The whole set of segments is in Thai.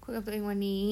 คุยกับตัวเองวันนี้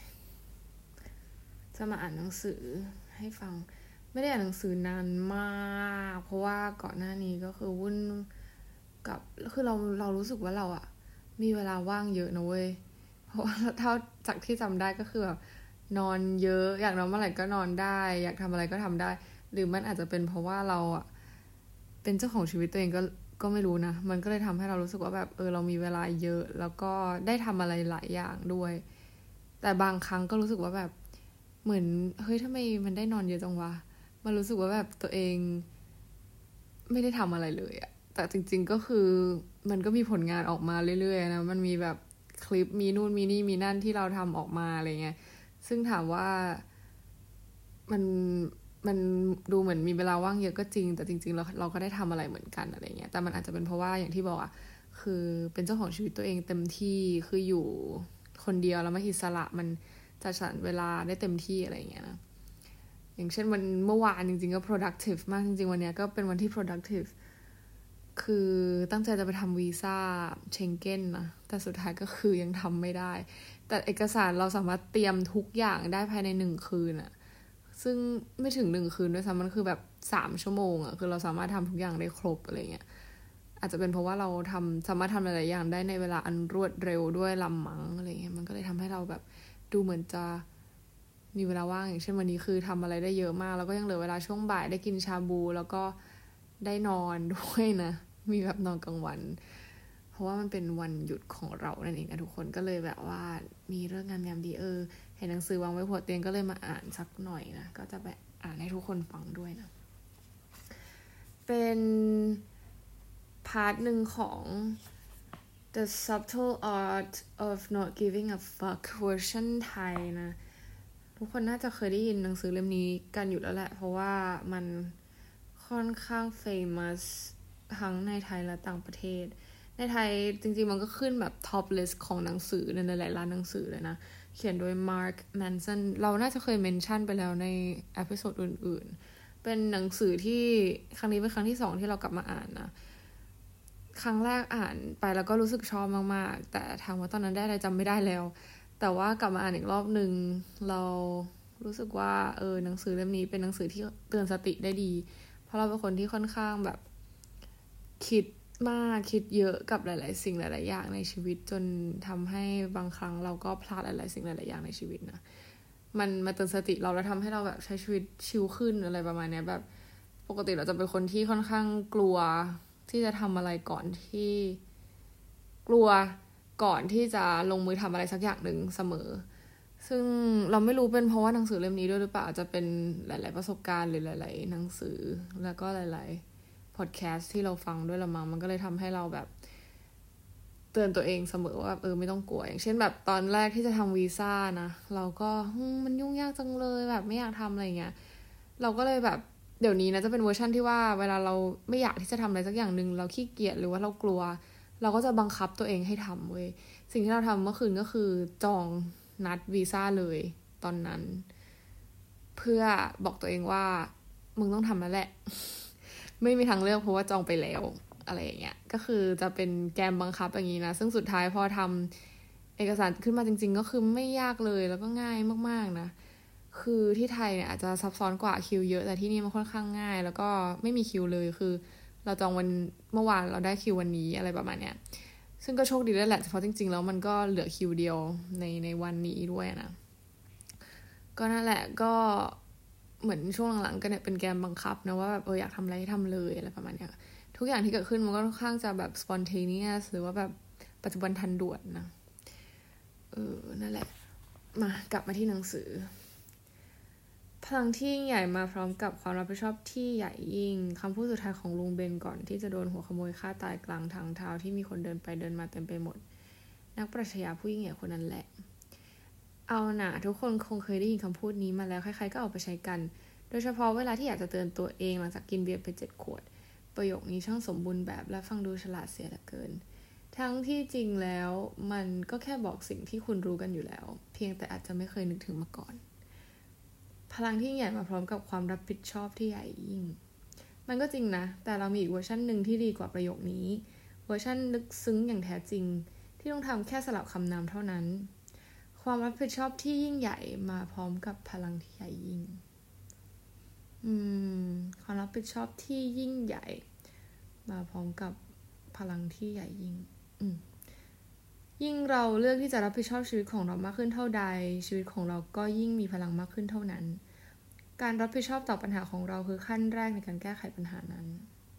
จะมาอ่านหนังสือให้ฟังไม่ได้อ่านหนังสือนานมากเพราะว่าก่อนหน้านี้ก็คือวุ่นกับคือเรารู้สึกว่าเราอะมีเวลาว่างเยอะนะเว้ยเพราะว่าเท่าจากที่จำได้ก็คือแบบนอนเยอะอยากนอนเมื่อไหร่ก็นอนได้อยากทำอะไรก็ทำได้หรือมันอาจจะเป็นเพราะว่าเราอะเป็นเจ้าของชีวิตตัวเองก็ไม่รู้นะมันก็เลยทำให้เรารู้สึกว่าแบบเรามีเวลาเยอะแล้วก็ได้ทำอะไรหลายอย่างด้วยแต่บางครั้งก็รู้สึกว่าแบบเหมือนเฮ้ยทำไมมันได้นอนเยอะจังวะมันรู้สึกว่าแบบตัวเองไม่ได้ทำอะไรเลยอะแต่จริงๆก็คือมันก็มีผลงานออกมาเรื่อยๆนะมันมีแบบคลิปมีนู่นมีนี่มีนั่นที่เราทำออกมาอะไรเงี้ยซึ่งถามว่ามันมันดูเหมือนมีเวลาว่างเยอะก็จริงแต่จริงๆเราก็ได้ทำอะไรเหมือนกันอะไรเงี้ยแต่มันอาจจะเป็นเพราะว่าอย่างที่บอกอะคือเป็นเจ้าของชีวิตตัวเองเต็มที่คืออยู่คนเดียวแล้วมันอิสระมันจัดสรรเวลาได้เต็มที่อะไรเงี้ยนะอย่างเช่นวันเมื่อวานจริงๆก็ productive มากจริงๆวันนี้ก็เป็นวันที่ productive คือตั้งใจจะไปทำวีซ่าเชงเก้นนะแต่สุดท้ายก็คือยังทำไม่ได้แต่เอกสารเราสามารถเตรียมทุกอย่างได้ภายใน1 คืนอะซึ่งไม่ถึง1 คืนด้วยซ้ำมันคือแบบ3 ชั่วโมงอะคือเราสามารถทำทุกอย่างได้ครบอะไรเงี้ยอาจจะเป็นเพราะว่าเราสามารถทำหลายๆอย่างได้ในเวลาอันรวดเร็วด้วยลำมั้งอะไรเงี้ยมันก็เลยทำให้เราแบบดูเหมือนจะมีเวลาว่างอย่างเช่นวันนี้คือทำอะไรได้เยอะมากแล้วก็ยังเหลือเวลาช่วงบ่ายได้กินชาบูแล้วก็ได้นอนด้วยนะมีแบบนอนกลางวันเพราะว่ามันเป็นวันหยุดของเรานั่นเองนะทุกคนก็เลยแบบว่ามีเรื่องงามยามดีเห็นหนังสือวางไว้หัวเตียงก็เลยมาอ่านสักหน่อยนะก็จะไปอ่านให้ทุกคนฟังด้วยนะเป็นพาร์ทหนึ่งของ The Subtle Art of Not Giving a Fuck เวอร์ชันไทยนะทุกคนน่าจะเคยได้ยินหนังสือเล่มนี้กันอยู่แล้วแหละเพราะว่ามันค่อนข้าง famous ทั้งในไทยและต่างประเทศในไทยจริงๆมันก็ขึ้นแบบ top list ของหนังสือในหลายๆร้านหนังสือเลยนะเขียนโดย Mark Manson เราน่าจะเคยเมนชั่นไปแล้วในเอพิโซดอื่นๆเป็นหนังสือที่ครั้งนี้เป็นครั้งที่2ที่เรากลับมาอ่านนะครั้งแรกอ่านไปแล้วก็รู้สึกชอบมากๆแต่ถามว่าตอนนั้นได้อะไรจำไม่ได้แล้วแต่ว่ากลับมาอ่านอีกรอบนึงเรารู้สึกว่าหนังสือเล่มนี้เป็นหนังสือที่เตือนสติได้ดีเพราะเราเป็นคนที่ค่อนข้างแบบคิดมากคิดเยอะกับหลายๆสิ่งหลายๆอย่างในชีวิตจนทำให้บางครั้งเราก็พลาดหลายๆสิ่งหลายๆอย่างในชีวิตนะมันมาเตือนสติเราแล้วทำให้เราแบบใช้ชีวิตชิลขึ้นอะไรประมาณนี้แบบปกติเราจะเป็นคนที่ค่อนข้างกลัวที่จะทำอะไรก่อนที่กลัวก่อนที่จะลงมือทำอะไรสักอย่างหนึ่งเสมอซึ่งเราไม่รู้เป็นเพราะว่าหนังสือเล่มนี้ด้วยหรือเปล่าจะเป็นหลายๆประสบการณ์หรือหลายๆหนังสือแล้วก็หลายๆพอดแคสต์ที่เราฟังด้วยละมั้งมันก็เลยทำให้เราแบบเตือนตัวเองเสมอว่าไม่ต้องกลัวอย่างเช่นแบบตอนแรกที่จะทำวีซ่านะเราก็มันยุ่งยากจังเลยแบบไม่อยากทำอะไรเงี้ยเราก็เลยแบบเดี๋ยวนี้นะจะเป็นเวอร์ชันที่ว่าเวลาเราไม่อยากที่จะทำอะไรสักอย่างนึงเราขี้เกียจหรือว่าเรากลัวเราก็จะบังคับตัวเองให้ทำเว้ยสิ่งที่เราทำเมื่อคืนก็คือจองนัดวีซ่าเลยตอนนั้นเพื่อบอกตัวเองว่ามึงต้องทำแล้วแหละไม่มีทางเลือกเพราะว่าจองไปแล้วอะไรอย่างเงี้ยก็คือจะเป็นแกมบังคับอย่างนี้นะซึ่งสุดท้ายพอทำเอกสารขึ้นมาจริงๆก็คือไม่ยากเลยแล้วก็ง่ายมากๆนะคือที่ไทยเนี่ยอาจจะซับซ้อนกว่าคิวเยอะแต่ที่นี่มันค่อนข้างง่ายแล้วก็ไม่มีคิวเลยคือเราจองวันเมื่อวานเราได้คิววันนี้อะไรประมาณเนี้ยซึ่งก็โชคดีด้วยแหละเพราะจริงๆแล้วมันก็เหลือคิวเดียวในวันนี้ด้วยนะก็นั่นแหละก็เหมือนช่วงหลังๆก็เนี่ยเป็นแกมบังคับนะว่าแบบอยากทำอะไรให้ทำเลยอะไรประมาณเนี้ยทุกอย่างที่เกิดขึ้นมันก็ค่อนข้างจะแบบ spontaneous หรือว่าแบบปัจจุบันทันด่วนนะนั่นแหละมากลับมาที่หนังสือพลังที่ยิ่งใหญ่มาพร้อมกับความรับผิดชอบที่ใหญ่ยิ่งคำพูดสุดท้ายของลุงเบนก่อนที่จะโดนหัวขโมยฆ่าตายกลางทางเท้าที่มีคนเดินไปเดินมาเต็มไปหมดนักปรัชญาผู้ยิ่งใหญ่คนนั้นแหละเอาหน่ะทุกคนคงเคยได้ยินคำพูดนี้มาแล้วใครๆก็เอาไปใช้กันโดยเฉพาะเวลาที่อยากจะเตือนตัวเองหลังจากกินเบียร์ไป7 ขวดประโยคนี้ช่างสมบูรณ์แบบและฟังดูฉลาดเสียเหลือเกินทั้งที่จริงแล้วมันก็แค่บอกสิ่งที่คุณรู้กันอยู่แล้วเพียงแต่อาจจะไม่เคยนึกถึงมาก่อนพลังที่ใหญ่มาพร้อมกับความรับผิดชอบที่ใหญ่ยิ่งมันก็จริงนะแต่เรามีอีกเวอร์ชันหนึ่งที่ดีกว่าประโยคนี้เวอร์ชันลึกซึ้งอย่างแท้จริงที่ต้องทำแค่สลับคำนามเท่านั้นความรับผิดชอบที่ยิ่งใหญ่มาพร้อมกับพลังที่ใหญ่ยิ่งความรับผิดชอบที่ยิ่งใหญ่มาพร้อมกับพลังที่ใหญ่ยิ่งยิ่งเราเลือกที่จะรับผิดชอบชีวิตของเรามากขึ้นเท่าใดชีวิตของเราก็ยิ่งมีพลังมากขึ้นเท่านั้นการรับผิดชอบต่อปัญหาของเราคือขั้นแรกในการแก้ไขปัญหานั้น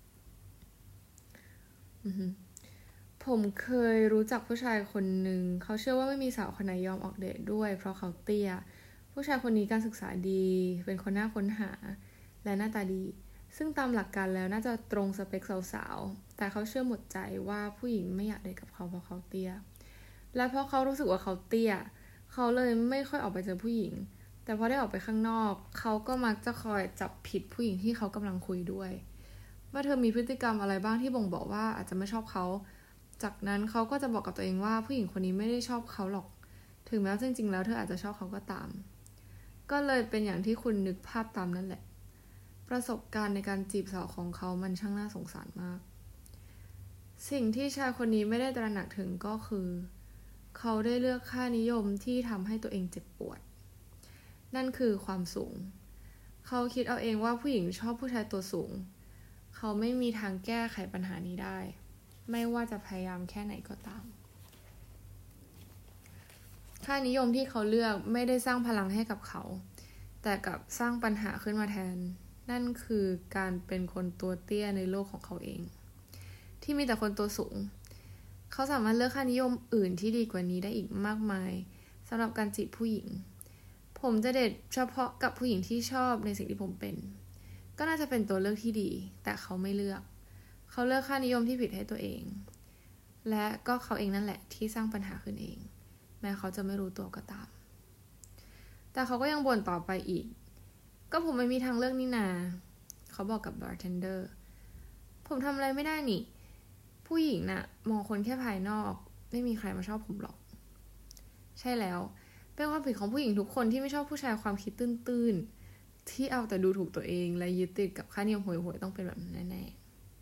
ผมเคยรู้จักผู้ชายคนหนึ่งเขาเชื่อว่าไม่มีสาวคนไหนยอมออกเดทด้วยเพราะเขาเตี้ยผู้ชายคนนี้การศึกษาดีเป็นคนน่าค้นหาและหน้าตาดีซึ่งตามหลักการแล้วน่าจะตรงสเปคสาวๆแต่เขาเชื่อหมดใจว่าผู้หญิงไม่อยากเดทกับเขาเพราะเขาเตี้ยและเพราะเขารู้สึกว่าเขาเตี้ยเขาเลยไม่ค่อยออกไปเจอผู้หญิงแต่พอได้ออกไปข้างนอกเขาก็มักจะคอยจับผิดผู้หญิงที่เขากำลังคุยด้วยว่าเธอมีพฤติกรรมอะไรบ้างที่บ่งบอกว่าอาจจะไม่ชอบเขาจากนั้นเขาก็จะบอกกับตัวเองว่าผู้หญิงคนนี้ไม่ได้ชอบเขาหรอกถึงแม้จริงๆแล้วเธออาจจะชอบเขาก็ตามก็เลยเป็นอย่างที่คุณนึกภาพตามนั่นแหละประสบการณ์ในการจีบสาวของเขามันช่างน่าสงสารมากสิ่งที่ชายคนนี้ไม่ได้ตระหนักถึงก็คือเขาได้เลือกค่านิยมที่ทำให้ตัวเองเจ็บปวดนั่นคือความสูงเขาคิดเอาเองว่าผู้หญิงชอบผู้ชายตัวสูงเขาไม่มีทางแก้ไขปัญหานี้ได้ไม่ว่าจะพยายามแค่ไหนก็ตามค่านิยมที่เขาเลือกไม่ได้สร้างพลังให้กับเขาแต่กลับสร้างปัญหาขึ้นมาแทนนั่นคือการเป็นคนตัวเตี้ยในโลกของเขาเองที่มีแต่คนตัวสูงเขาสามารถเลือกค่านิยมอื่นที่ดีกว่านี้ได้อีกมากมายสำหรับการจีบผู้หญิงผมจะเดทเฉพาะกับผู้หญิงที่ชอบในสิ่งที่ผมเป็นก็น่าจะเป็นตัวเลือกที่ดีแต่เขาไม่เลือกเขาเลือกค่านิยมที่ผิดให้ตัวเองและก็เขาเองนั่นแหละที่สร้างปัญหาขึ้นเองแม้เขาจะไม่รู้ตัวก็ตามแต่เขาก็ยังบ่นต่อไปอีกก็ผมไม่มีทางเลือกนี่นาเขาบอกกับบาร์เทนเดอร์ผมทำอะไรไม่ได้นี่ผู้หญิงน่ะมองคนแค่ภายนอกไม่มีใครมาชอบผมหรอกใช่แล้วเป็นความผิดของผู้หญิงทุกคนที่ไม่ชอบผู้ชายความคิดตื้นๆที่เอาแต่ดูถูกตัวเองและยึดติดกับค่านิยมห่วยๆต้องเป็นแบบนั้นแน่ๆ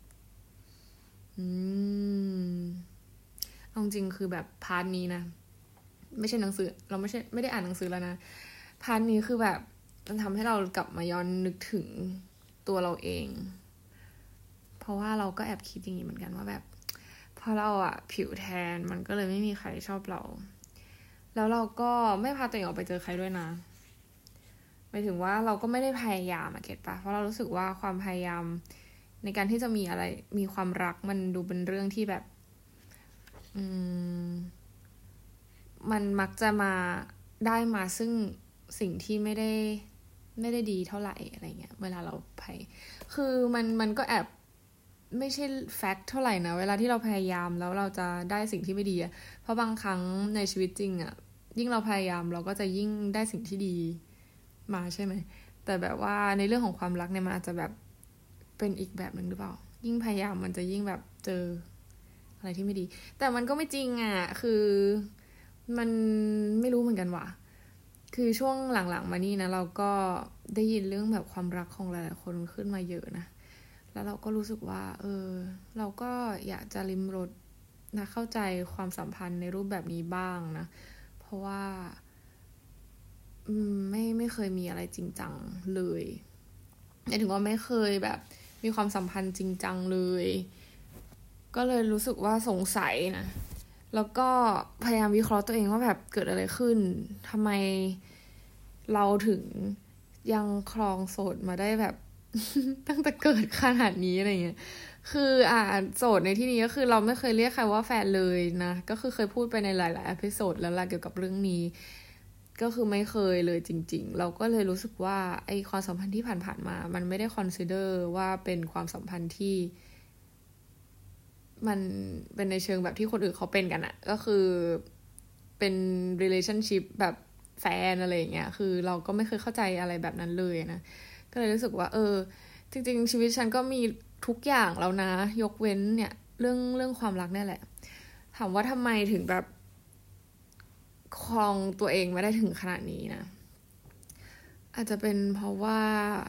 เอาจริงคือแบบพาร์ทนี้นะไม่ใช่หนังสือเราไม่ได้อ่านหนังสือแล้วนะพาร์ทนี้คือแบบมันทำให้เรากลับมาย้อนนึกถึงตัวเราเองเพราะว่าเราก็แอบคิดอย่างนี้เหมือนกันว่าแบบพอเราอะผิวแทนมันก็เลยไม่มีใครชอบเราแล้วเราก็ไม่พาตัวเองออกไปเจอใครด้วยนะหมายถึงว่าเราก็ไม่ได้พยายามเก็ตปะเพราะเรารู้สึกว่าความพยายามในการที่จะมีอะไรมีความรักมันดูเป็นเรื่องที่แบบมันมักจะมาได้มาซึ่งสิ่งที่ไม่ได้ดีเท่าไหร่อะไรเงี้ยเวลาเราคือมันก็แอบไม่ใช่แฟกต์เท่าไหร่นะเวลาที่เราพยายามแล้วเราจะได้สิ่งที่ไม่ดีเพราะบางครั้งในชีวิตจริงยิ่งเราพยายามเราก็จะยิ่งได้สิ่งที่ดีมาใช่ไหมแต่แบบว่าในเรื่องของความรักเนี่ยมันอาจจะแบบเป็นอีกแบบนึงหรือเปล่ายิ่งพยายามมันจะยิ่งแบบเจออะไรที่ไม่ดีแต่มันก็ไม่จริงคือมันไม่รู้เหมือนกันว่ะคือช่วงหลังๆมานี่นะเราก็ได้ยินเรื่องแบบความรักของหลายๆคนขึ้นมาเยอะนะแล้วเราก็รู้สึกว่าเราก็อยากจะริมรสนะเข้าใจความสัมพันธ์ในรูปแบบนี้บ้างนะเพราะว่าไม่เคยมีอะไรจริงจังเลยหมายถึงว่าไม่เคยแบบมีความสัมพันธ์จริงจังเลยก็เลยรู้สึกว่าสงสัยนะแล้วก็พยายามวิเคราะห์ตัวเองว่าแบบเกิดอะไรขึ้นทำไมเราถึงยังครองโสดมาได้แบบ ตั้งแต่เกิดขนาดนี้อะไรเงี้ยคือโสดในที่นี้ก็คือเราไม่เคยเรียกใครว่าแฟนเลยนะก็คือเคยพูดไปในหลายๆเอพิโซดแล้วล่ะเกี่ยวกับเรื่องนี้ก็คือไม่เคยเลยจริงๆเราก็เลยรู้สึกว่าไอ้ความสัมพันธ์ที่ผ่านๆมามันไม่ได้คอนซิเดอร์ว่าเป็นความสัมพันธ์ที่มันเป็นในเชิงแบบที่คนอื่นเขาเป็นกันก็คือเป็น relationship แบบแฟนอะไรอย่างเงี้ยคือเราก็ไม่เคยเข้าใจอะไรแบบนั้นเลยนะก็เลยรู้สึกว่าจริงๆชีวิตฉันก็มีทุกอย่างแล้วนะยกเว้นเนี่ยเรื่องความรักนี่แหละถามว่าทำไมถึงแบบครองตัวเองมาได้ถึงขนาดนี้นะอาจจะเป็นเพราะว่า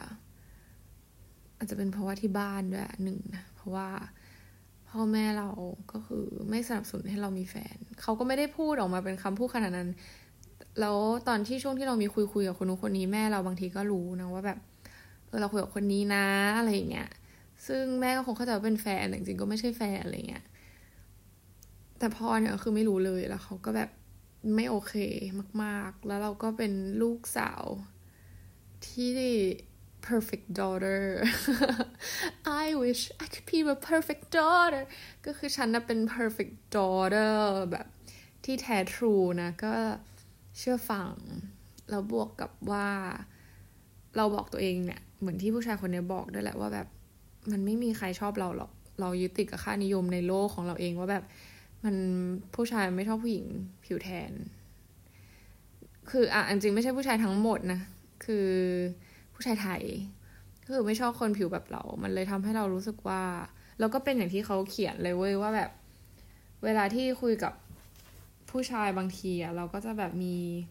ที่บ้านด้วยหนึ่งนะเพราะว่าพ่อแม่เราก็คือไม่สนับสนุนให้เรามีแฟนเขาก็ไม่ได้พูดออกมาเป็นคำพูดขนาดนั้นแล้วตอนที่ช่วงที่เรามีคุยกับคนนู้นคนนี้แม่เราบางทีก็รู้นะว่าแบบเราคุยกับคนนี้นะอะไรอย่างเงี้ยซึ่งแม่ก็คงเข้าใจว่าเป็นแฟนจริงๆก็ไม่ใช่แฟนอะไรเงี้ยแต่พ่อเนี่ยคือไม่รู้เลยแล้วเขาก็แบบไม่โอเคมากๆแล้วเราก็เป็นลูกสาวที่ perfect daughter I wish I could be a perfect daughter ก็คือฉันน่ะเป็น perfect daughter แบบที่แท้ทรูนะก็เชื่อฟังแล้วบวกกับว่าเราบอกตัวเองเนี่ยเหมือนที่ผู้ชายคนนี้บอกด้วยแหละว่าแบบมันไม่มีใครชอบเราหรอกเรายึดติดกับค่านิยมในโลกของเราเองว่าแบบมันผู้ชายไม่ชอบผู้หญิงผิวแทนคือจริงไม่ใช่ผู้ชายทั้งหมดนะคือผู้ชายไทยคือไม่ชอบคนผิวแบบเรามันเลยทำให้เรารู้สึกว่าแล้วก็เป็นอย่างที่เขาเขียนเลยเว้ยว่าแบบเวลาที่คุยกับผู้ชายบางทีเราก็จะแบบ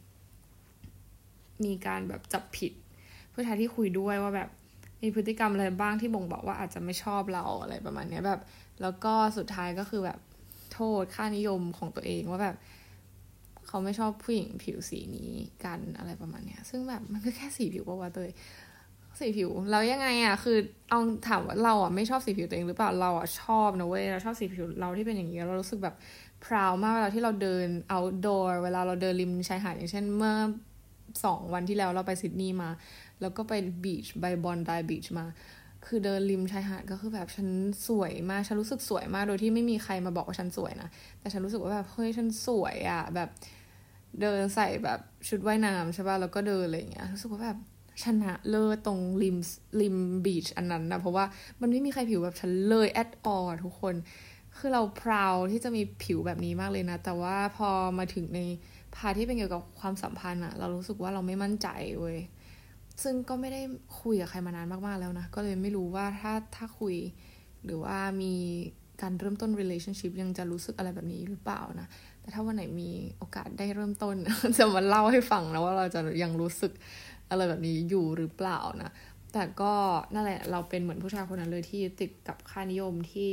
มีการแบบจับผิดผู้ชายที่คุยด้วยว่าแบบมีพฤติกรรมอะไรบ้างที่บ่งบอกว่าอาจจะไม่ชอบเราอะไรประมาณนี้แบบแล้วก็สุดท้ายก็คือแบบโทษค่านิยมของตัวเองว่าแบบเขาไม่ชอบผู้หญิงผิวสีนี้กันอะไรประมาณนี้ซึ่งแบบมันก็แค่สีผิวป่าวะเตยสีผิวเรายังไงคือเอาถามว่าเราไม่ชอบสีผิวตัวเองหรือเปล่าเราชอบนะเว้ยเราชอบสีผิวเราที่เป็นอย่างนี้เรารู้สึกแบบพราวมากเวลาที่เราเดิน outdoor เวลาเราเดินริมชายหาดอย่างเช่นเมื่อ2 วันที่แล้วเราไปซิดนีย์มาแล้วก็ไปบีชไปบอนไดบีชมาคือเดินริมชายหาดก็คือแบบฉันสวยมากฉันรู้สึกสวยมากโดยที่ไม่มีใครมาบอกว่าฉันสวยนะแต่ฉันรู้สึกว่าแบบเฮ้ยฉันสวยแบบเดินใส่แบบชุดว่ายน้ำใช่ป่ะแล้วก็เดินอะไรอย่างเงี้ยรู้สึกว่าแบบชนะเลิศตรงริมบีชอันนั้นนะเพราะว่ามันไม่มีใครผิวแบบฉันเลยแอดออทุกคนคือเราพราวที่จะมีผิวแบบนี้มากเลยนะแต่ว่าพอมาถึงในพาที่เป็นเกี่ยวกับความสัมพันธ์เรารู้สึกว่าเราไม่มั่นใจเว้ยซึ่งก็ไม่ได้คุยกับใครมานานมากๆแล้วนะก็เลยไม่รู้ว่าถ้าคุยหรือว่ามีการเริ่มต้น relationship ยังจะรู้สึกอะไรแบบนี้หรือเปล่านะแต่ถ้าวันไหนมีโอกาสได้เริ่มต้น จะมาเล่าให้ฟังนะว่าเราจะยังรู้สึกอะไรแบบนี้อยู่หรือเปล่านะแต่ก็นั่นแหละเราเป็นเหมือนผู้ชายคนนั้นเลยที่ติดกับค่านิยมที่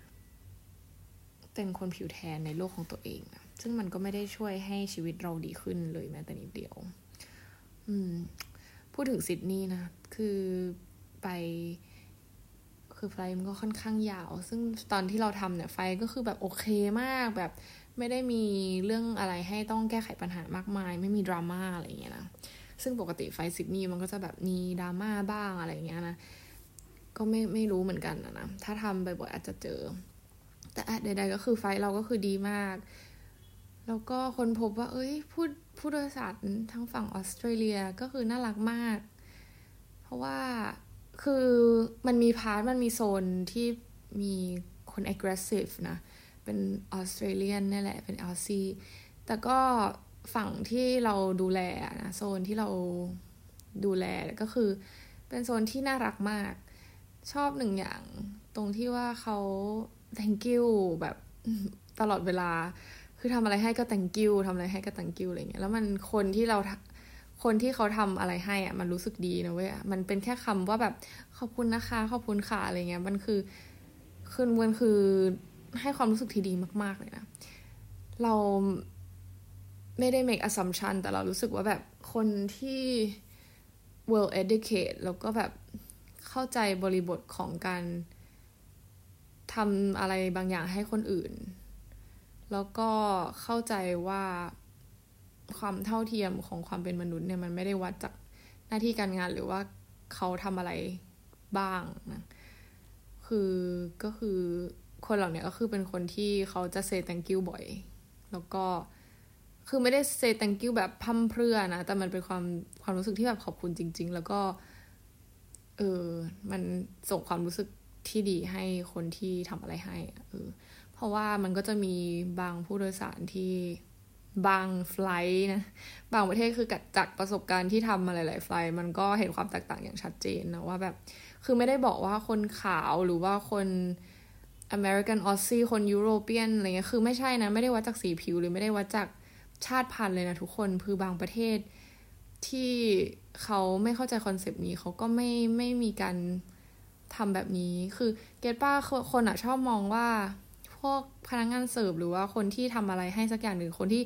เป็นคนผิวแทนในโลกของตัวเองนะซึ่งมันก็ไม่ได้ช่วยให้ชีวิตเราดีขึ้นเลยแม้แต่นิดเดียวพูดถึงซิดนีย์นะคือไปคือไฟมันก็ค่อนข้างยาวซึ่งตอนที่เราทำเนี่ยไฟก็คือแบบโอเคมากแบบไม่ได้มีเรื่องอะไรให้ต้องแก้ไขปัญหามากมายไม่มีดราม่าอะไรอย่างเงี้ยนะซึ่งปกติไฟซิดนีย์มันก็จะแบบมีดราม่าบ้างอะไรอย่างเงี้ยนะก็ไม่รู้เหมือนกันนะถ้าทำบ่อยๆอาจจะเจอแต่ใดๆก็คือไฟเราก็คือดีมากแล้วก็คนพบว่าผู้โดยสารทางฝั่งออสเตรเลียก็คือน่ารักมากเพราะว่าคือมันมีโซนที่มีคน aggressive นะเป็นออสเตรเลียนนี่แหละเป็นออสซี่แต่ก็ฝั่งที่เราดูแลนะโซนที่เราดูแลก็คือเป็นโซนที่น่ารักมากชอบหนึ่งอย่างตรงที่ว่าเขา thank you แบบตลอดเวลาคือทำอะไรให้ก็ thank you ทำอะไรให้ก็ thank you อะไรเงี้ยแล้วมันคนที่เขาทำอะไรให้มันรู้สึกดีนะเว้ยมันเป็นแค่คำว่าแบบขอบคุณนะคะขอบคุณค่ะอะไรเงี้ยมันคือให้ความรู้สึกที่ดีมากๆเลยนะเราไม่ได้ make assumption แต่เรารู้สึกว่าแบบคนที่ well educate แล้วก็แบบเข้าใจบริบทของการทำอะไรบางอย่างให้คนอื่นแล้วก็เข้าใจว่าความเท่าเทียมของความเป็นมนุษย์เนี่ยมันไม่ได้วัดจากหน้าที่การงานหรือว่าเขาทำอะไรบ้างนะก็คือคนเหล่านี้ก็คือเป็นคนที่เขาจะ say thank you บ่อยแล้วก็คือไม่ได้ say thank you แบบพร่ำเพรื่อนะแต่มันเป็นความรู้สึกที่แบบขอบคุณจริงๆแล้วก็มันส่งความรู้สึกที่ดีให้คนที่ทำอะไรให้เพราะว่ามันก็จะมีบางผู้โดยสารที่บางไฟล์นะบางประเทศคือจากประสบการณ์ที่ทำมาหลายๆไฟล์มันก็เห็นความแตกต่างอย่างชัดเจนนะว่าแบบคือไม่ได้บอกว่าคนขาวหรือว่าคนAmerican Aussie คนยุโรเปียนอะไรเงี้ยคือไม่ใช่นะไม่ได้วัดจากสีผิวหรือไม่ได้วัดจากชาติพันธุ์เลยนะทุกคนคือบางประเทศที่เขาไม่เข้าใจคอนเซปต์นี้เขาก็ไม่มีการทำแบบนี้คือเก็ตป้าคนชอบมองว่าพวกพนักงานเสิร์ฟหรือว่าคนที่ทำอะไรให้สักอย่างหนึ่งคนที่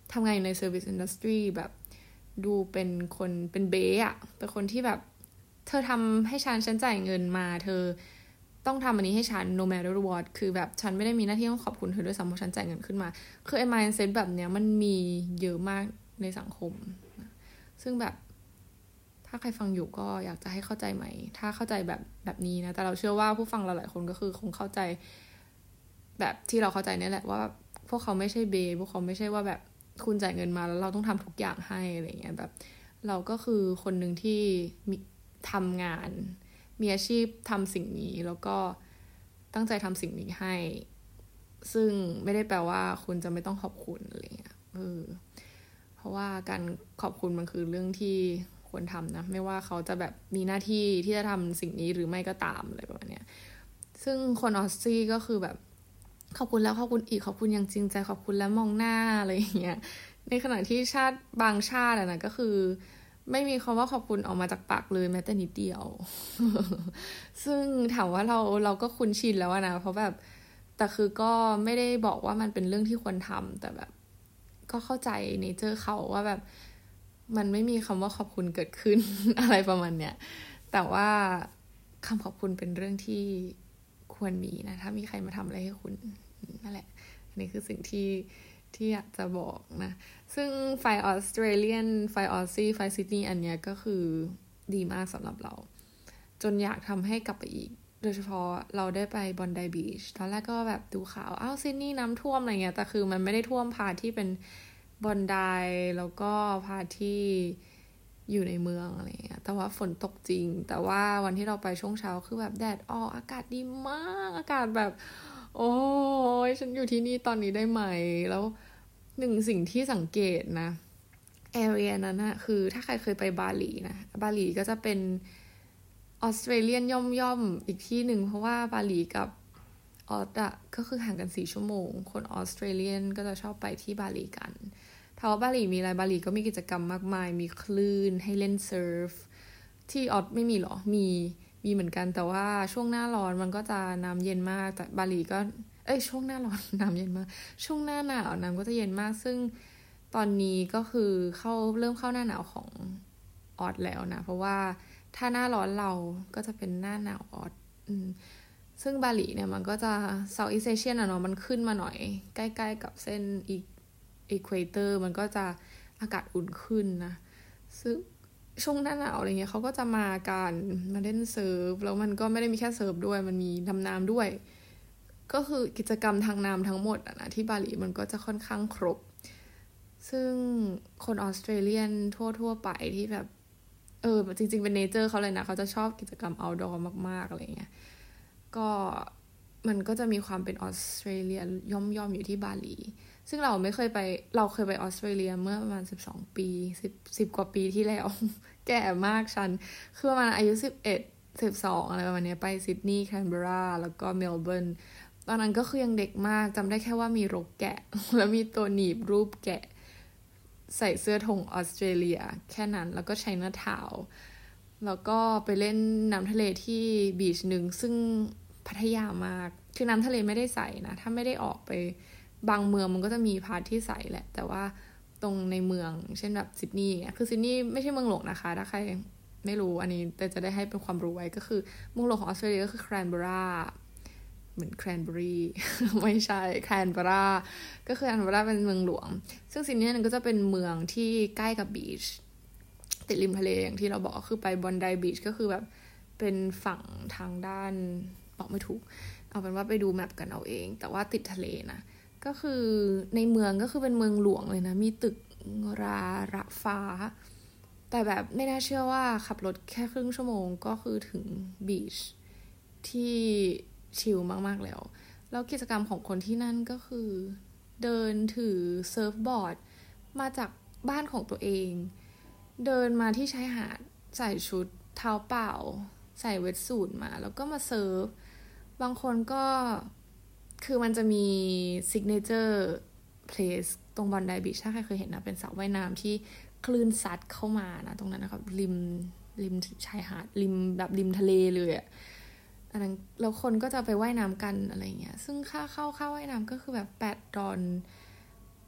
ทำงานอยู่ใน service industry แบบดูเป็นคนเป็นเบ๊อะเป็นคนที่แบบเธอทำให้ฉันจ่ายเงินมาเธอต้องทำอันนี้ให้ฉัน no matter what คือแบบฉันไม่ได้มีหน้าที่ต้องขอบคุณเธอด้วยซ้ำเพราะฉันจ่ายเงินขึ้นมาคือไอ้ mindset แบบเนี้ยมันมีเยอะมากในสังคมซึ่งแบบถ้าใครฟังอยู่ก็อยากจะให้เข้าใจไหมถ้าเข้าใจแบบนี้นะแต่เราเชื่อว่าผู้ฟังเราหลายคนก็คือคงเข้าใจแบบที่เราเข้าใจนี่แหละว่าพวกเขาไม่ใช่เบพวกเขาไม่ใช่ว่าแบบคุณจ่ายเงินมาแล้วเราต้องทำทุกอย่างให้อะไรเงี้ยแบบเราก็คือคนหนึ่งที่ทำงานมีอาชีพทำสิ่งนี้แล้วก็ตั้งใจทำสิ่งนี้ให้ซึ่งไม่ได้แปลว่าคุณจะไม่ต้องขอบคุณอะไรเงี้ยเพราะว่าการขอบคุณมันคือเรื่องที่ควรทำนะไม่ว่าเขาจะแบบมีหน้าที่ที่จะทำสิ่งนี้หรือไม่ก็ตามอะไรประมาณนี้ซึ่งคนออสซี่ก็คือแบบขอบคุณแล้วขอบคุณอีกขอบคุณอย่างจริงใจขอบคุณแล้วมองหน้าอะไรอย่างเงี้ยในขณะที่ชาติบางชาตินะก็คือไม่มีคำว่าขอบคุณออกมาจากปากเลยแม้แต่นิดเดียว ซึ่งถามว่าเราก็คุ้นชินแล้วนะเพราะแบบแต่คือก็ไม่ได้บอกว่ามันเป็นเรื่องที่ควรทำแต่แบบก็เข้าใจเนเจอร์เขาว่าแบบมันไม่มีคำว่าขอบคุณเกิดขึ้น อะไรประมาณเนี้ยแต่ว่าคำขอบคุณเป็นเรื่องที่ควรมีนะถ้ามีใครมาทำอะไรให้คุณนั่นแหละอันนี้คือสิ่งที่อยากจะบอกนะซึ่งไฟออสเตรเลียนไฟออสซี่ไฟซิดนีย์อันเนี้ยก็คือดีมากสำหรับเราจนอยากทำให้กลับไปอีกโดยเฉพาะเราได้ไปบอนไดบีชตอนแรกก็แบบดูข่าวซิดนีย์น้ำท่วมอะไรเงี้ยแต่คือมันไม่ได้ท่วมพาที่เป็นบอนไดแล้วก็พาที่อยู่ในเมืองอะไรเงี้ยแต่ว่าฝนตกจริงแต่ว่าวันที่เราไปช่วงเช้าคือแบบแดดออกอากาศดีมากอากาศแบบโอ้ยฉันอยู่ที่นี่ตอนนี้ได้ไหมแล้วหนึ่งสิ่งที่สังเกตนะแอเรียนั้นนะคือถ้าใครเคยไปบาหลีนะบาหลีก็จะเป็นออสเตรเลียนย่อมอีกที่หนึ่งเพราะว่าบาหลีกับออสอะก็คือห่างกัน4 ชั่วโมงคนออสเตรเลียนก็จะชอบไปที่บาหลีกันถามว่าบาหลีมีอะไรบาหลีก็มีกิจกรรมมากมายมีคลื่นให้เล่นเซิร์ฟที่ออสไม่มีหรอมีเหมือนกันแต่ว่าช่วงหน้าร้อนมันก็จะน้ำเย็นมากแต่บาหลีก็ช่วงหน้าร้อนน้ำเย็นมากช่วงหน้าหนาวน้ำก็จะเย็นมากซึ่งตอนนี้ก็คือเริ่มเข้าหน้าหนาวของออสแล้วนะเพราะว่าถ้าหน้าร้อนเราก็จะเป็นหน้าหนาวออสซึ่งบาหลีเนี่ยมันก็จะเซาท์อีสเอเชียนอะเนาะมันขึ้นมาหน่อยใกล้ๆกับเส้นอีควอเตอร์มันก็จะอากาศอุ่นขึ้นนะซึ่งช่วงหน้าหนาวอะไรเงี้ยเขาก็จะมาเล่นเซิร์ฟแล้วมันก็ไม่ได้มีแค่เซิร์ฟด้วยมันมีดำน้ำด้วยก็คือกิจกรรมทางน้ำทั้งหมดนะที่บาหลีมันก็จะค่อนข้างครบซึ่งคนออสเตรเลียนทั่วไปที่แบบจริงๆเป็นเนเจอร์เขาเลยนะเขาจะชอบกิจกรรม outdoor มากๆอะไรเงี้ยก็มันก็จะมีความเป็นออสเตรเลียย่อมอยู่ที่บาหลีซึ่งเราเคยไปออสเตรเลียเมื่อประมาณ12 ปี10 กว่าปีที่แล้ว แก่มากฉันคือประมาณอายุ11 12อะไรประมาณนี้ไปซิดนีย์แคนเบอร์ราแล้วก็เมลเบิร์นตอนนั้นก็คือยังเด็กมากจำได้แค่ว่ามีรกแกะ แล้วมีตัวหนีบรูปแกะใส่เสื้อธงออสเตรเลียแค่นั้นแล้วก็ไชน่าทาวน์แล้วก็ไปเล่นน้ำทะเลที่บีชหนึ่งซึ่งพัทยามากคือน้ำทะเลไม่ได้ใสนะถ้าไม่ได้ออกไปบางเมืองมันก็จะมีพาร์ทที่ใสแหละแต่ว่าตรงในเมืองเช่นแบบซิดนีย์คือซิดนีย์ไม่ใช่เมืองหลวงนะคะถ้าใครไม่รู้อันนี้แต่จะได้ให้เป็นความรู้ไว้ก็คือเมืองหลวงของออสเตรเลียก็คือแคนเบอร์ราเหมือนแครนเบอรี่ ไม่ใช่แคนเบอร์ราก็คือแคนเบอร์ราเป็นเมืองหลวงซึ่งซิดนีย์นั้นก็จะเป็นเมืองที่ใกล้กับบีชติดริมทะเลอย่างที่เราบอกคือไปบอนไดบีชก็คือแบบเป็นฝั่งทางด้านบอกไม่ถูกเอาเป็นว่าไปดูแมปกันเอาเองแต่ว่าติดทะเลนะก็คือในเมืองก็คือเป็นเมืองหลวงเลยนะมีตึกระฟ้าแต่แบบไม่น่าเชื่อว่าขับรถแค่ครึ่งชั่วโมงก็คือถึงบีชที่ชิลมากๆแล้วกิจกรรมของคนที่นั่นก็คือเดินถือเซิร์ฟบอร์ดมาจากบ้านของตัวเองเดินมาที่ชายหาดใส่ชุดเท้าเปล่าใส่เวทสูทมาแล้วก็มาเซิร์ฟบางคนก็คือมันจะมีซิกเนเจอร์เพลสตรงบอนไดบีชถ้าใครเคยเห็นนะเป็นสระว่ายน้ำที่คลื่นซัดเข้ามานะตรงนั้นนะครับริมชายหาดริมทะเลเลยอ่ะอันนั้นแล้วคนก็จะไปว่ายน้ำกันอะไรเงี้ยซึ่งค่าเข้าว่ายน้ำก็คือแบบ$8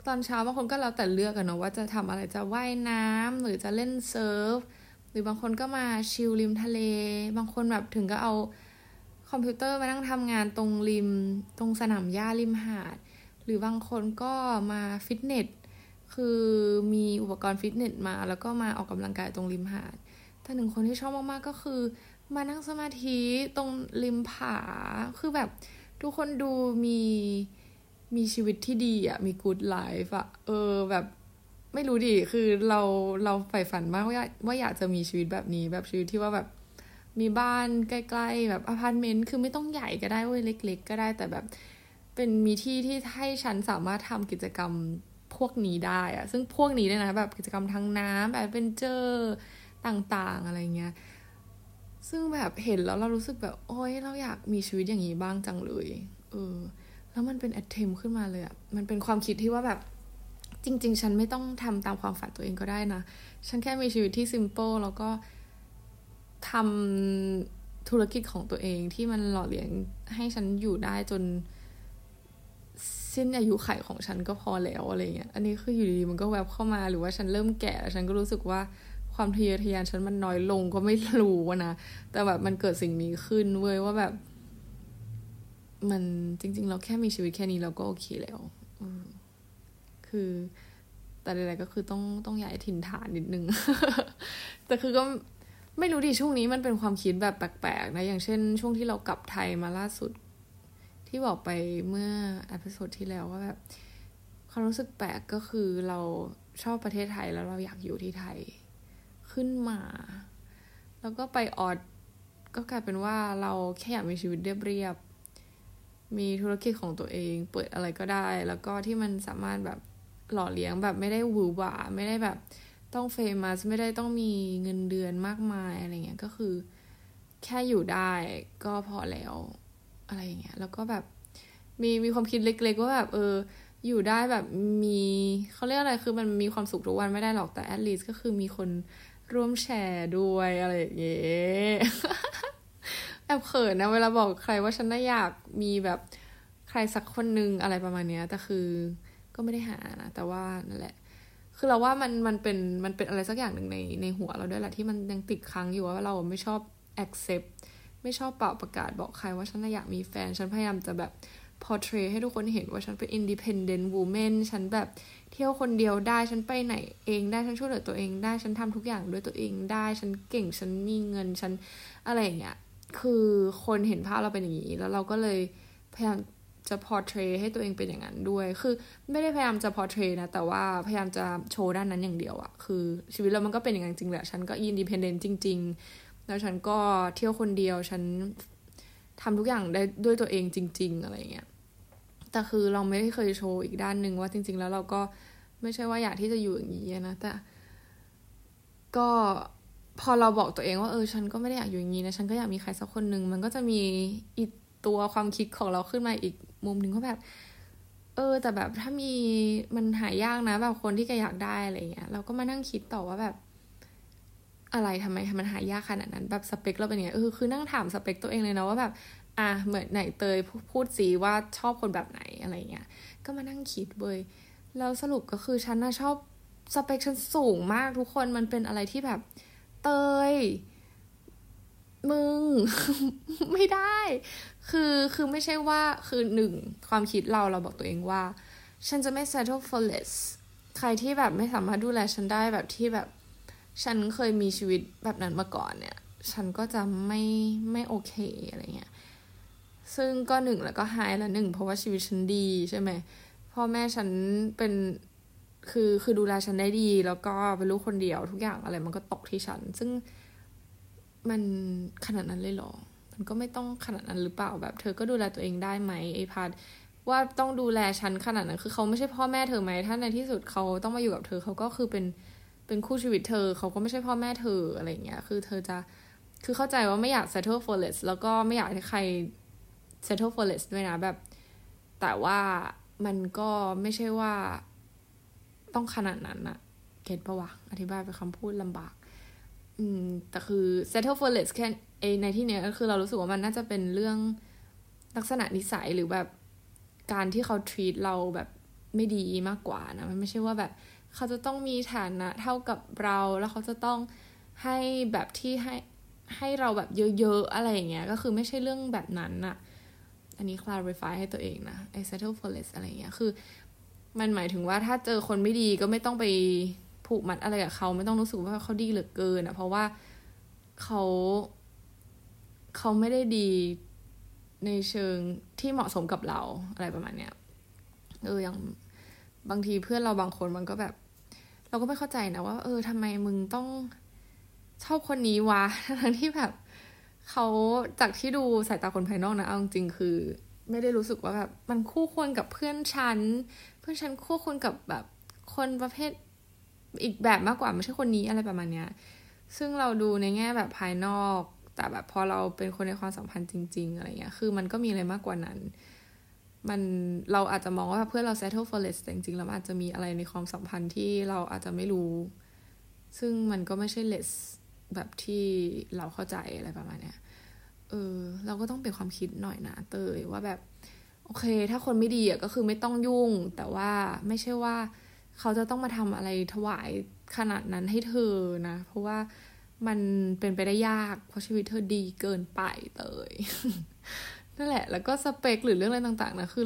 ตอนเช้าบางคนก็แล้วแต่เลือกกันเนาะว่าจะทำอะไรจะว่ายน้ำหรือจะเล่นเซิร์ฟหรือบางคนก็มาชิลริมทะเลบางคนแบบถึงก็เอาคอมพิวเตอร์มานั่งทำงานตรงริมตรงสนามหญ้าริมหาดหรือบางคนก็มาฟิตเนสคือมีอุปกรณ์ฟิตเนสมาแล้วก็มาออกกำลังกายตรงริมหาดแต่หนึ่งคนที่ชอบมากๆก็คือมานั่งสมาธิตรงริมผาคือแบบทุกคนดูมีชีวิตที่ดีอ่ะมีกู๊ดไลฟ์อ่ะแบบไม่รู้ดิคือเราใฝ่ฝันมากว่าอยากจะมีชีวิตแบบนี้แบบชีวิตที่ว่าแบบมีบ้านใกล้ๆแบบอพาร์ตเมนต์คือไม่ต้องใหญ่ก็ได้เว้ยเล็กๆก็ได้แต่แบบเป็นมีที่ที่ให้ฉันสามารถทำกิจกรรมพวกนี้ได้อะซึ่งพวกนี้เนี่ยนะแบบกิจกรรมทางน้ำแบบเป็นเจอต่างๆอะไรเงี้ยซึ่งแบบเห็นแล้วเรารู้สึกแบบโอ๊ยเราอยากมีชีวิตอย่างนี้บ้างจังเลยแล้วมันเป็น attempt ขึ้นมาเลยอ่ะมันเป็นความคิดที่ว่าแบบจริงๆฉันไม่ต้องทำตามความฝันตัวเองก็ได้นะฉันแค่มีชีวิตที่ simple แล้วก็ทำธุรกิจของตัวเองที่มันหล่อเลี้ยงให้ฉันอยู่ได้จนสิ้นอายุขัยของฉันก็พอแล้วอะไรเงี้ยอันนี้คืออยู่ดีๆมันก็แวบเข้ามาหรือว่าฉันเริ่มแก่แล้วฉันก็รู้สึกว่าความทะเยอทะยานฉันมันน้อยลงก็ไม่รู้นะแต่แบบมันเกิดสิ่งนี้ขึ้นเว้ยว่าแบบมันจริงๆเราแค่มีชีวิตแค่นี้เราก็โอเคแล้วคือแต่ใดๆก็คือต้องย้ายถิ่นฐานนิดนึง แต่คือก็ไม่รู้ดิช่วงนี้มันเป็นความคิดแบบแปลกๆนะอย่างเช่นช่วงที่เรากลับไทยมาล่าสุดที่บอกไปเมื่อเอพิโซดที่แล้วว่าแบบความรู้สึกแปลกก็คือเราชอบประเทศไทยแล้วเราอยากอยู่ที่ไทยขึ้นมาแล้วก็ไปออดก็กลายเป็นว่าเราแค่อยากมีชีวิตเรียบๆมีธุรกิจของตัวเองเปิดอะไรก็ได้แล้วก็ที่มันสามารถแบบหล่อเลี้ยงแบบไม่ได้หวือหวาไม่ได้แบบต้องเฟมัสไม่ได้ต้องมีเงินเดือนมากมายอะไรเงี้ยก็คือแค่อยู่ได้ก็พอแล้วอะไรอย่างเงี้ยแล้วก็แบบมีความคิดเล็กๆว่าแบบอยู่ได้แบบมีเขาเรียกอะไรคือมันมีความสุขทุกวันไม่ได้หรอกแต่ at least ก็คือมีคนร่วมแชร์ด้วยอะไรอย่างเงี้ย แอบเขินนะเวลาบอกใครว่าฉันน่าอยากมีแบบใครสักคนนึงอะไรประมาณเนี้ยแต่คือก็ไม่ได้หานะแต่ว่านั่นแหละคือเราว่ามันเป็นอะไรสักอย่างหนึ่งในหัวเราด้วยแหละที่มันยังติดค้างอยู่ว่าเราไม่ชอบ accept ไม่ชอบเป่าประกาศบอกใครว่าฉันน่าอยากมีแฟนฉันพยายามจะแบบ portray ให้ทุกคนเห็นว่าฉันเป็น independent woman ฉันแบบเที่ยวคนเดียวได้ฉันไปไหนเองได้ฉันช่วยเหลือตัวเองได้ฉันทำทุกอย่างด้วยตัวเองได้ฉันเก่งฉันมีเงินฉันอะไรอย่างเงี้ยคือคนเห็นภาพเราเป็นอย่างนี้แล้วเราก็เลยพยายามจะ portray ให้ตัวเองเป็นอย่างนั้นด้วยคือไม่ได้พยายามจะ portray นะแต่ว่าพยายามจะโชว์ด้านนั้นอย่างเดียวอะคือชีวิตเรามันก็เป็นอย่างนั้นจริงแหละฉันก็ independent จริงๆแล้วฉันก็เที่ยวคนเดียวฉันทำทุกอย่างได้ด้วยตัวเองจริงๆอะไรเงี้ยแต่คือเราไม่ได้เคยโชว์อีกด้านหนึ่งว่าจริงๆแล้วเราก็ไม่ใช่ว่าอยากที่จะอยู่อย่างนี้นะแต่ก็พอเราบอกตัวเองว่าฉันก็ไม่ได้อยากอยู่อย่างนี้นะฉันก็อยากมีใครสักคนหนึ่งมันก็จะมีอีกตัวความคิดของเราขึ้นมาอีกมุมหนึ่งว่าแบบแต่แบบถ้ามีมันหายากนะแบบคนที่แกอยากได้อะไรเงี้ยเราก็มานั่งคิดต่อว่าแบบอะไรทำไมมันหายากขนาดนั้นแบบสเปคเราเป็นยังไงคือนั่งถามสเปคตัวเองเลยนะว่าแบบเหมือนไหนเตยพูดสิว่าชอบคนแบบไหนอะไรเงี้ยก็มานั่งคิดเว้ยแล้วสรุปก็คือฉันน่ะชอบสเปคฉันสูงมากทุกคนมันเป็นอะไรที่แบบเตยมึง ไม่ได้คือไม่ใช่ว่าคือหนึ่งความคิดเราบอกตัวเองว่าฉันจะไม่ settle for less ใครที่แบบไม่สามารถดูแลฉันได้แบบที่แบบฉันเคยมีชีวิตแบบนั้นมาก่อนเนี่ยฉันก็จะไม่โอเคอะไรเงี้ยซึ่งก็หนึ่งแล้วก็ไฮละหนึ่งเพราะว่าชีวิตฉันดีใช่ไหมพ่อแม่ฉันเป็นคือดูแลฉันได้ดีแล้วก็เป็นลูกคนเดียวทุกอย่างอะไรมันก็ตกที่ฉันซึ่งมันขนาดนั้นเลยเหรอมันก็ไม่ต้องขนาดนั้นหรือเปล่าแบบเธอก็ดูแลตัวเองได้ไหมไอ้พาร์ทว่าต้องดูแลฉันขนาดนั้นคือเขาไม่ใช่พ่อแม่เธอไหมถ้าในที่สุดเขาต้องมาอยู่กับเธอเขาก็คือเป็นคู่ชีวิตเธอเขาก็ไม่ใช่พ่อแม่เธออะไรเงี้ยคือเธอจะคือเข้าใจว่าไม่อยาก settle for less แล้วก็ไม่อยากให้ใคร settle for less ด้วยนะแบบแต่ว่ามันก็ไม่ใช่ว่าต้องขนาดนั้นอะเก็ตปะวะอธิบายเป็นคำพูดลำบากแต่คือ settle for less แค่ในที่เนี้ยก็คือเรารู้สึกว่ามันน่าจะเป็นเรื่องลักษณะนิสัยหรือแบบการที่เขา treat เราแบบไม่ดีมากกว่านะมันไม่ใช่ว่าแบบเขาจะต้องมีฐานะเท่ากับเราแล้วเขาจะต้องให้แบบที่ให้เราแบบเยอะๆอะไรอย่างเงี้ยก็คือไม่ใช่เรื่องแบบนั้นน่ะอันนี้ clarify ให้ตัวเองนะไอ้ settle for less อะไรอย่างเงี้ยคือมันหมายถึงว่าถ้าเจอคนไม่ดีก็ไม่ต้องไปผูกมัดอะไรกับเขาไม่ต้องรู้สึกว่าเขาดีเหลือเกินอ่ะเพราะว่าเขาไม่ได้ดีในเชิงที่เหมาะสมกับเราอะไรประมาณเนี้ยอย่างบางทีเพื่อนเราบางคนมันก็แบบเราก็ไม่เข้าใจนะว่าทำไมมึงต้องชอบคนนี้วะทั้งที่แบบเขาจากที่ดูสายตาคนภายนอกนะเอาจริงคือไม่ได้รู้สึกว่าแบบมันคู่ควรกับเพื่อนฉันคู่ควรกับแบบคนประเภทอีกแบบมากกว่าไม่ใช่คนนี้อะไรประมาณเนี้ยซึ่งเราดูในแง่แบบภายนอกแต่แบบพอเราเป็นคนในความสัมพันธ์จริงๆอะไรเงี้ยคือมันก็มีอะไรมากกว่านั้นเราอาจจะมองว่าเพื่อนเรา settle for less แต่จริงๆแล้วอาจจะมีอะไรในความสัมพันธ์ที่เราอาจจะไม่รู้ซึ่งมันก็ไม่ใช่ less แบบที่เราเข้าใจอะไรประมาณเนี้ยเราก็ต้องเปลี่ยนความคิดหน่อยนะเตยว่าแบบโอเคถ้าคนไม่ดีก็คือไม่ต้องยุ่งแต่ว่าไม่ใช่ว่าเขาจะต้องมาทำอะไรถวายขนาดนั้นให้เธอนะเพราะว่ามันเป็นไปได้ยากเพราะชีวิตเธอดีเกินไปเตย นั่นแหละแล้วก็สเปคหรือเรื่องอะไรต่างๆนะคือ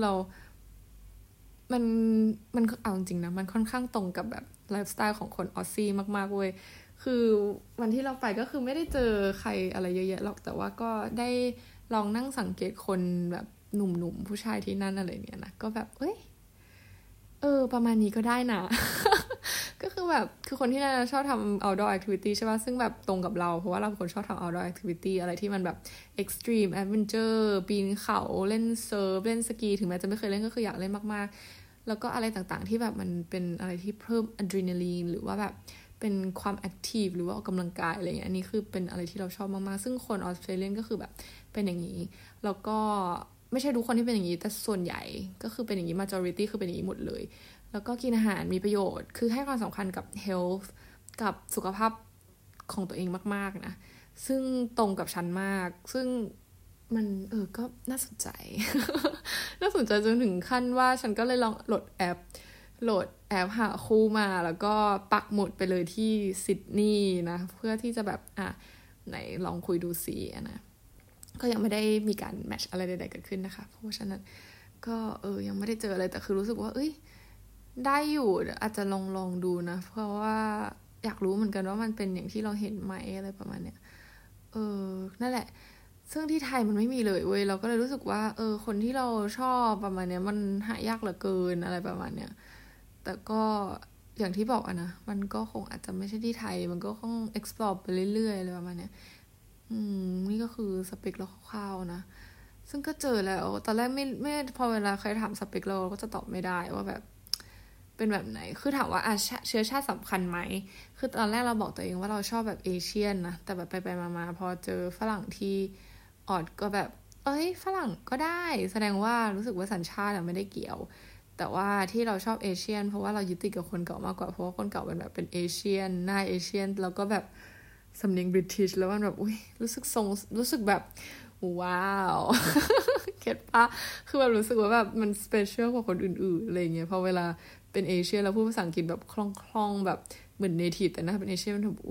มันเอาจริงนะมันค่อนข้างตรงกับแบบไลฟ์สไตล์ของคนออสซี่มากๆเว้ยคือวันที่เราไปก็คือไม่ได้เจอใครอะไรเยอะแยะหรอกแต่ว่าก็ได้ลองนั่งสังเกตคนแบบหนุ่มๆผู้ชายที่นั่นอะไรเนี่ยนะก็แบบประมาณนี้ก็ได้นะ ก็คือแบบคือคนที่นั่นชอบทำ outdoor activity ใช่ป่ะซึ่งแบบตรงกับเราเพราะว่าเราเป็นคนชอบทำ outdoor activity อะไรที่มันแบบ extreme adventure ปีนเขาเล่นเซิร์ฟเล่นสกีถึงแม้จะไม่เคยเล่นก็คืออยากเล่นมากๆแล้วก็อะไรต่างๆที่แบบมันเป็นอะไรที่เพิ่มอะดรีนาลีนหรือว่าแบบเป็นความแอคทีฟหรือว่าออกกำลังกายอะไรอย่างเงี้ยอันนี้คือเป็นอะไรที่เราชอบมากๆซึ่งคนออสเตรเลียนก็คือแบบเป็นอย่างนี้แล้วก็ไม่ใช่ทุกคนที่เป็นอย่างนี้แต่ส่วนใหญ่ก็คือเป็นอย่างนี้ majority คือเป็นอย่างนี้หมดเลยแล้วก็กินอาหารมีประโยชน์คือให้ความสำคัญกับ health กับสุขภาพของตัวเองมากๆนะซึ่งตรงกับฉันมากซึ่งมันก็น่าสนใจ น่าสนใจจนถึงขั้นว่าฉันก็เลยลองโหลดแอปหาคู่มาแล้วก็ปักหมุดไปเลยที่ซิดนีย์นะเพื่อที่จะแบบไหนลองคุยดูซินะก็ยังไม่ได้มีการแมทช์อะไรใดๆเกิดขึ้นนะคะเพราะฉะนั้นก็ยังไม่ได้เจออะไรแต่คือรู้สึกว่าได้อยู่อาจจะลองดูนะเพราะว่าอยากรู้เหมือนกันว่ามันเป็นอย่างที่เราเห็นไหมอะไรประมาณเนี้ยนั่นแหละซึ่งที่ไทยมันไม่มีเลยเว้ยเราก็เลยรู้สึกว่าคนที่เราชอบประมาณเนี้ยมันหายากเหลือเกินอะไรประมาณเนี้ยแต่ก็อย่างที่บอกนะมันก็คงอาจจะไม่ใช่ที่ไทยมันก็ต้อง explore ไปเรื่อยๆอะไรประมาณเนี้ยนี่ก็คือสเปคเราคร่าวๆนะซึ่งก็เจอแล้วตอนแรกไม่พอเวลาใครถามสเปคเราก็จะตอบไม่ได้ว่าแบบเป็นแบบไหนคือถามว่าเชื้อชาติสำคัญไหมคือตอนแรกเราบอกตัวเองว่าเราชอบแบบเอเชียนนะแต่แบบไปมาพอเจอฝรั่งที่ออดก็แบบฝรั่งก็ได้แสดงว่ารู้สึกว่าสัญชาติไม่ได้เกี่ยวแต่ว่าที่เราชอบเอเชียนเพราะว่าเรายึดติดกับคนเก่ามากกว่าเพราะว่าคนเก่าเป็นแบบเป็นเอเชียนหน้าเอเชียนแล้วก็แบบสำเนียงบริติชแล้วมันแบบรู้สึกแบบว้าวเก็ตปะคือแบบรู้สึกว่าแบบมันสเปเชียลกว่าคนอื่นๆอะไรเงี้ยพอเวลาเป็นเอเชียแล้วพูดภาษาอังกฤษแบบคล่องๆแบบเหมือนเนทีฟแต่หน้าเป็นเอเชียมันแบบ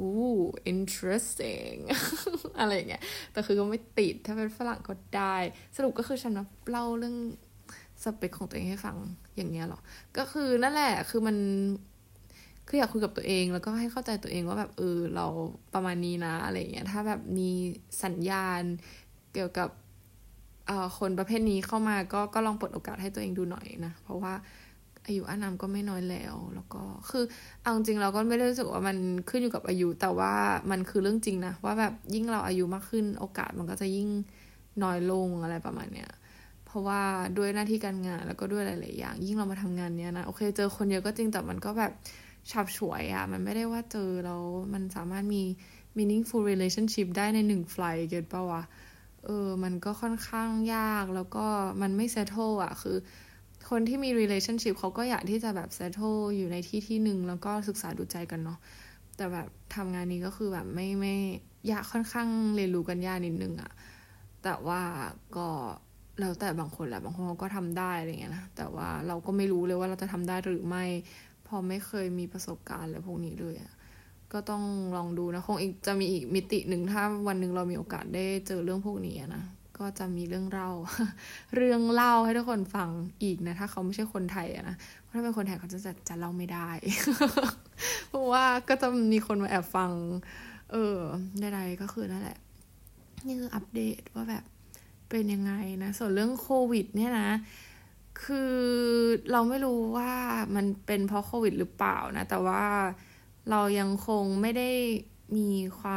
interesting อะไรเงี้ยแต่คือก็ไม่ติดถ้าเป็นฝรั่งก็ได้สรุปก็คือฉันมาเล่าเรื่องสเปคของตัวเองให้ฟังอย่างเงี้ยหรอก็คือนั่นแหละคือมันคืออยากคุยกับตัวเองแล้วก็ให้เข้าใจตัวเองว่าแบบเราประมาณนี้นะอะไรเงี้ยถ้าแบบมีสัญญาณเกี่ยวกับคนประเภทนี้เข้ามาก็ลองเปิดโอกาสให้ตัวเองดูหน่อยนะเพราะว่าอายุอานามก็ไม่น้อยแล้วก็คือเอาจริงเราก็ไม่ได้รู้สึกว่ามันขึ้นอยู่กับอายุแต่ว่ามันคือเรื่องจริงนะว่าแบบยิ่งเราอายุมากขึ้นโอกาสมันก็จะยิ่งน้อยลงอะไรประมาณเนี้ยเพราะว่าด้วยหน้าที่การงานแล้วก็ด้วยหลายๆอย่างยิ่งเรามาทำงานเนี้ยนะโอเคเจอคนเยอะก็จริงแต่มันก็แบบฉับฉวยมันไม่ได้ว่าเจอแล้วมันสามารถมี meaningful relationship ได้ใน1 flight เก็ทป่าววะมันก็ค่อนข้างยากแล้วก็มันไม่ settle คือคนที่มี relationship เขาก็อยากที่จะแบบ settle อยู่ในที่หนึ่งแล้วก็ศึกษาดูใจกันเนาะแต่แบบทำงานนี้ก็คือแบบไม่ยากค่อนข้างเรียนรู้กันยากนิดนึงแต่ว่าก็แล้วแต่บางคนแหละบางคนเขาก็ทำได้อะไรเงี้ยนะแต่ว่าเราก็ไม่รู้เลยว่าเราจะทำได้หรือไม่พอไม่เคยมีประสบการณ์อะไรพวกนี้เลยก็ต้องลองดูนะคงอีกจะมีอีกมิติหนึ่งถ้าวันหนึ่งเรามีโอกาสได้เจอเรื่องพวกนี้นะก็จะมีเรื่องเล่า เรื่องเล่าให้ทุกคนฟังอีกนะถ้าเขาไม่ใช่คนไทยนะเพราะถ้าเป็นคนไทยเขาจะเล่าไม่ได้ เพราะว่าก็จะมีคนมาแอบฟังใดๆก็คือนั่นแหละนี่คืออัปเดตว่าแบบเป็นยังไงนะส่วนเรื่องโควิดเนี่ยนะคือเราไม่รู้ว่ามันเป็นเพราะโควิดหรือเปล่านะแต่ว่าเรายังคงไม่ได้มีความ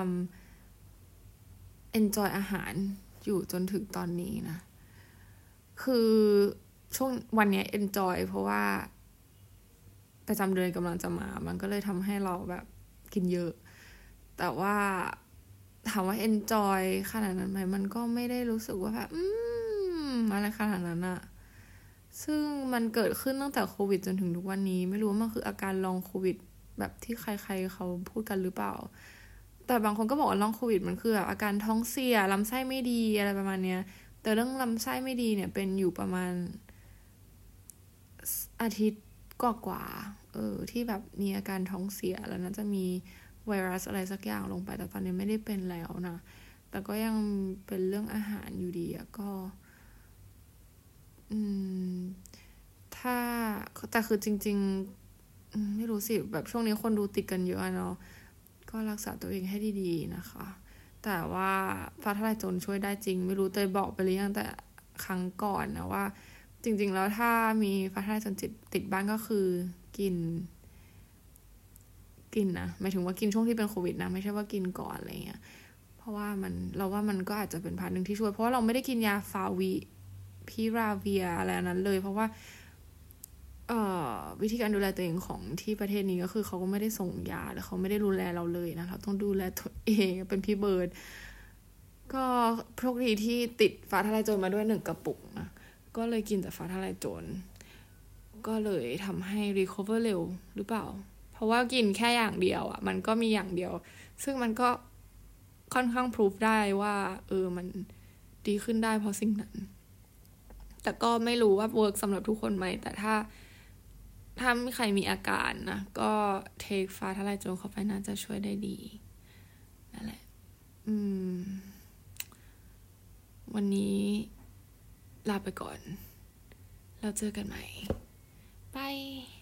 enjoy อาหารอยู่จนถึงตอนนี้นะคือช่วงวันนี้ enjoy เพราะว่าประจำเดือนกำลังจะมามันก็เลยทำให้เราแบบกินเยอะแต่ว่าถามว่า enjoy ขนาดนั้นไหมมันก็ไม่ได้รู้สึกว่าแบบอะไรขนาดนั้นอะซึ่งมันเกิดขึ้นตั้งแต่โควิดจนถึงทุกวันนี้ไม่รู้ว่ามันคืออาการลองโควิดแบบที่ใครๆเขาพูดกันหรือเปล่าแต่บางคนก็บอกว่าลองโควิดมันคือแบบอาการท้องเสียลำไส้ไม่ดีอะไรประมาณเนี้ยแต่เรื่องลำไส้ไม่ดีเนี่ยเป็นอยู่ประมาณอาทิตย์กว่าที่แบบมีอาการท้องเสียแล้วน่าจะมีไวรัสอะไรสักอย่างลงไปแต่ตอนนี้ไม่ได้เป็นแล้วนะแต่ก็ยังเป็นเรื่องอาหารอยู่ดีก็ถ้าแต่คือจริงๆไม่รู้สิแบบช่วงนี้คนดูติดกันเยอะเนาะก็รักษาตัวเองให้ดีๆนะคะแต่ว่าฟ้าทลายโจรช่วยได้จริงไม่รู้เตยบอกไปหรือยังแต่ครั้งก่อนนะว่าจริงๆแล้วถ้ามีฟ้าทลายโจรติดบ้านก็คือกินนะหมายถึงว่ากินช่วงที่เป็นโควิดนะไม่ใช่ว่ากินก่อนอะไรเงี้ยเพราะว่าเราว่ามันก็อาจจะเป็นพาร์ทนึงที่ช่วยเพราะว่าเราไม่ได้กินยาฟาวิพิราเวียอะไรนั้นเลยเพราะว่าวิธีการดูแลตัวเองของที่ประเทศนี้ก็คือเขาก็ไม่ได้ส่งยาแล้วเขาไม่ได้ดูแลเราเลยนะเราต้องดูแลตัวเองเป็นพี่เบิร์ดก็โชคดีที่ติดฟ้าทลายโจรมาด้วย1 กระปุกนะก็เลยกินแต่ฟ้าทลายโจรก็เลยทำให้ recover เร็วหรือเปล่าเพราะว่ากินแค่อย่างเดียวมันก็มีอย่างเดียวซึ่งมันก็ค่อนข้างพิสูจได้ว่ามันดีขึ้นได้เพราะสิ่งนั้นแต่ก็ไม่รู้ว่าเวิร์กสำหรับทุกคนไหมแต่ถ้าใครมีอาการนะก็เทคฟ้าทลายโจรเข้าไปน่าจะช่วยได้ดีนั่นแหละวันนี้ลาไปก่อนแล้วเจอกันใหม่บาย